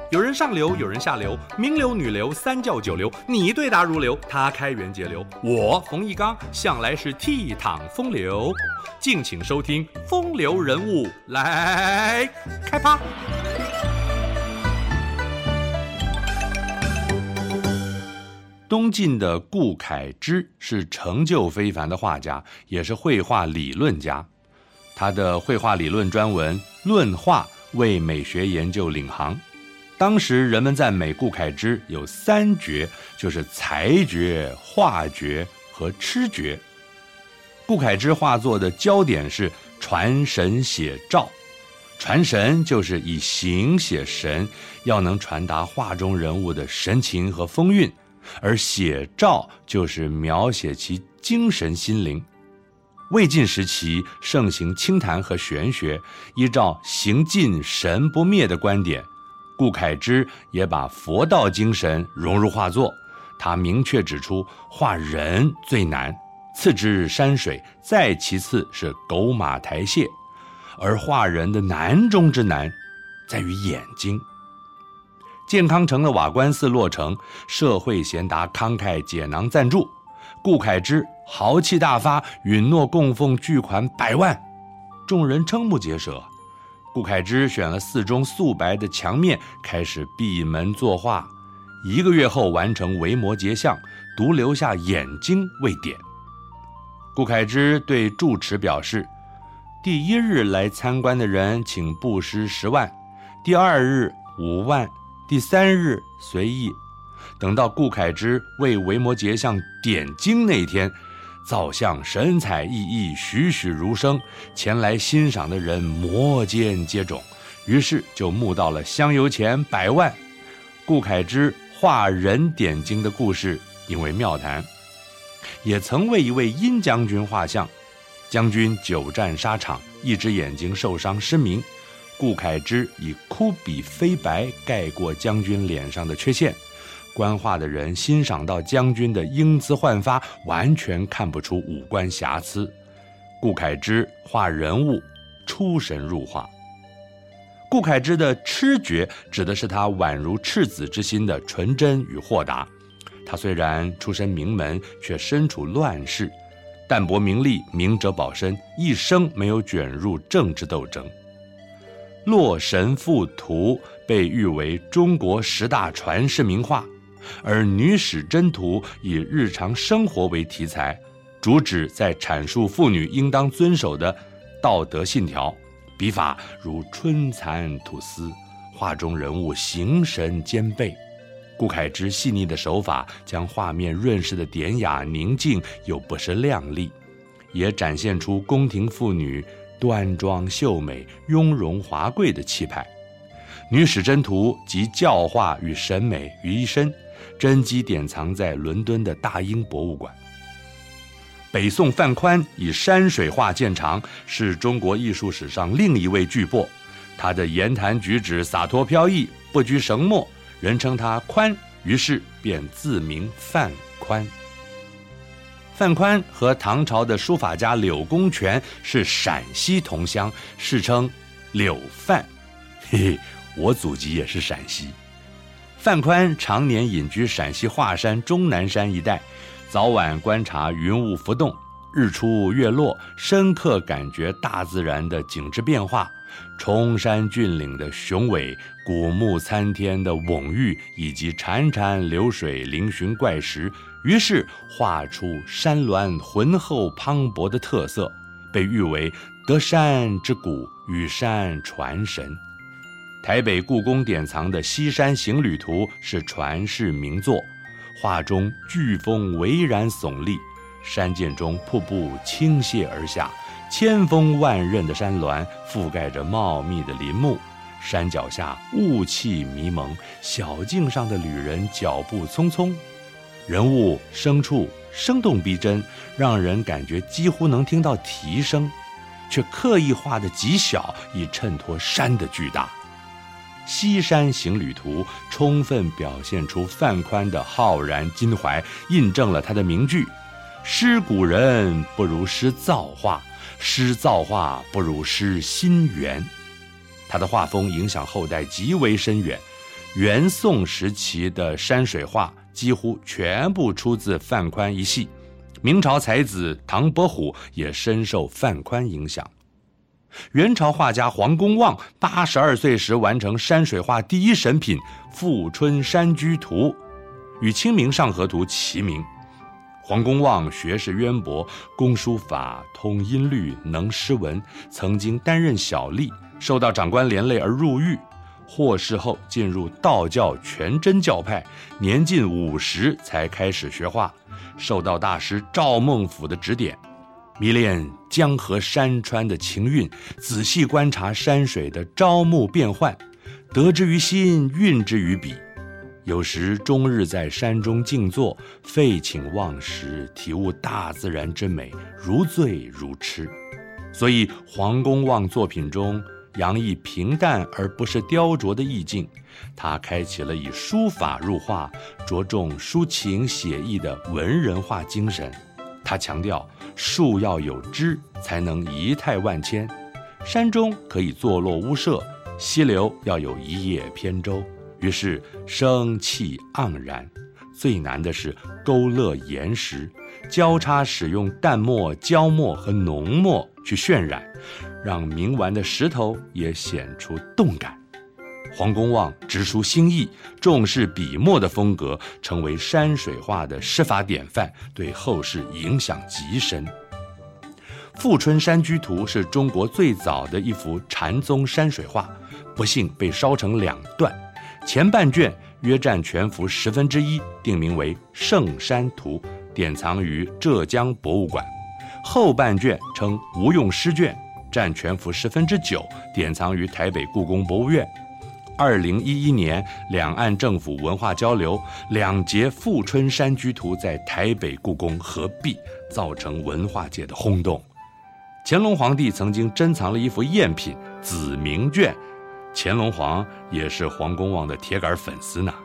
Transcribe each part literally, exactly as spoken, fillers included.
有人上流，有人下流，名流、女流、三教九流，你对答如流，他开源节流。我冯翊纲向来是倜傥风流，敬请收听《风流人物》来开趴。东晋的顾恺之是成就非凡的画家，也是绘画理论家。他的绘画理论专文《论画》为美学研究领航。当时人们赞美顾恺之有三绝，就是才绝、画绝和痴绝。顾恺之画作的焦点是传神写照，传神就是以形写神，要能传达画中人物的神情和风韵，而写照就是描写其精神心灵。魏晋时期盛行清谈和玄学，依照形尽神不灭的观点，顾恺之也把佛道精神融入画作。他明确指出，画人最难，次之山水，再其次是狗马台榭，而画人的难中之难在于眼睛。建康城的瓦官寺落成，社会贤达慷慨解囊赞助，顾恺之豪气大发，允诺供奉巨款百万，众人瞠目结舌。顾恺之选了寺中素白的墙面，开始闭门作画，一个月后完成维摩诘像，独留下眼睛未点。顾恺之对住持表示，第一日来参观的人请布施十万，第二日五万，第三日随意。等到顾恺之为维摩诘像点睛那天，造像神采奕奕，栩栩如生，前来欣赏的人摩肩接踵，于是就募到了香油钱百万。顾恺之画人点睛的故事引为妙谈。也曾为一位殷将军画像，将军久战沙场，一只眼睛受伤失明，顾恺之以枯笔飞白盖过将军脸上的缺陷，观画的人欣赏到将军的英姿焕发，完全看不出五官瑕疵。顾恺之画人物出神入化。顾恺之的痴绝指的是他宛如赤子之心的纯真与豁达。他虽然出身名门，却身处乱世，淡泊名利，明哲保身，一生没有卷入政治斗争。《洛神赋图》被誉为中国十大传世名画，而《女史箴图》以日常生活为题材，主旨在阐述妇女应当遵守的道德信条，笔法如春蚕吐丝，画中人物形神兼备。顾恺之细腻的手法将画面润饰的典雅宁静又不失亮丽，也展现出宫廷妇女端庄秀美、雍容华贵的气派。《女史箴图》集教化与审美于一身，真迹典藏在伦敦的大英博物馆。北宋范宽以山水画见长，是中国艺术史上另一位巨擘。他的言谈举止洒脱飘逸，不拘绳墨，人称他宽，于是便自名范宽。范宽和唐朝的书法家柳公权是陕西同乡，世称柳范。嘿嘿，我祖籍也是陕西。范宽常年隐居陕西华山、终南山一带，早晚观察云雾浮动，日出月落，深刻感觉大自然的景致变化，崇山峻岭的雄伟，古木参天的蓊郁，以及潺潺流水、嶙峋怪石，于是画出山峦浑厚磅礴的特色，被誉为得山之谷，与山传神。台北故宫典藏的《西山行旅图》是传世名作，画中巨峰巍然耸立，山涧中瀑布倾泻而下，千峰万仞的山峦覆盖着茂密的林木，山脚下雾气迷蒙，小径上的旅人脚步匆匆，人物牲畜生动逼真，让人感觉几乎能听到啼声，却刻意画得极小，以衬托山的巨大。《西山行旅图》充分表现出范宽的浩然襟怀，印证了他的名句：诗古人不如诗造化，诗造化不如诗心源。他的画风影响后代极为深远， 元宋时期的山水画几乎全部出自范宽一系，明朝才子唐伯虎也深受范宽影响。元朝画家黄公望八十二岁时完成山水画第一神品《富春山居图》，与《清明上河图》齐名。黄公望学识渊博，工书法，通音律，能诗文，曾经担任小吏，受到长官连累而入狱，获释后进入道教全真教派，年近五十才开始学画，受到大师赵孟俯的指点，迷恋江河山川的情韵，仔细观察山水的朝暮变幻，得之于心，运之于笔。有时终日在山中静坐，废寝忘食，体悟大自然之美，如醉如痴。所以黄公望作品中洋溢平淡而不是雕琢的意境，他开启了以书法入画，着重抒情写意的文人画精神。他强调树要有枝才能仪态万千，山中可以坐落屋舍，溪流要有一叶扁舟，于是生气盎然。最难的是勾勒岩石，交叉使用淡墨、焦墨和浓墨去渲染，让明完的石头也显出动感。黄公望直抒心意，重视笔墨的风格，成为山水画的诗法典范，对后世影响极深。《富春山居图》是中国最早的一幅禅宗山水画，不幸被烧成两段，前半卷约占全幅十分之一，定名为《圣山图》，典藏于浙江博物馆；后半卷称无用诗卷，占全幅十分之九，典藏于台北故宫博物院。二零一一年，两岸政府文化交流，两节《富春山居图》在台北故宫合璧，造成文化界的轰动。乾隆皇帝曾经珍藏了一幅赝品《子明卷》，乾隆皇也是黄公望的铁杆粉丝呢。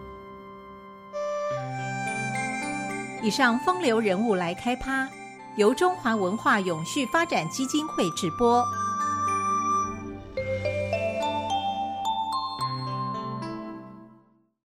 以上风流人物来开趴，由中华文化永续发展基金会直播。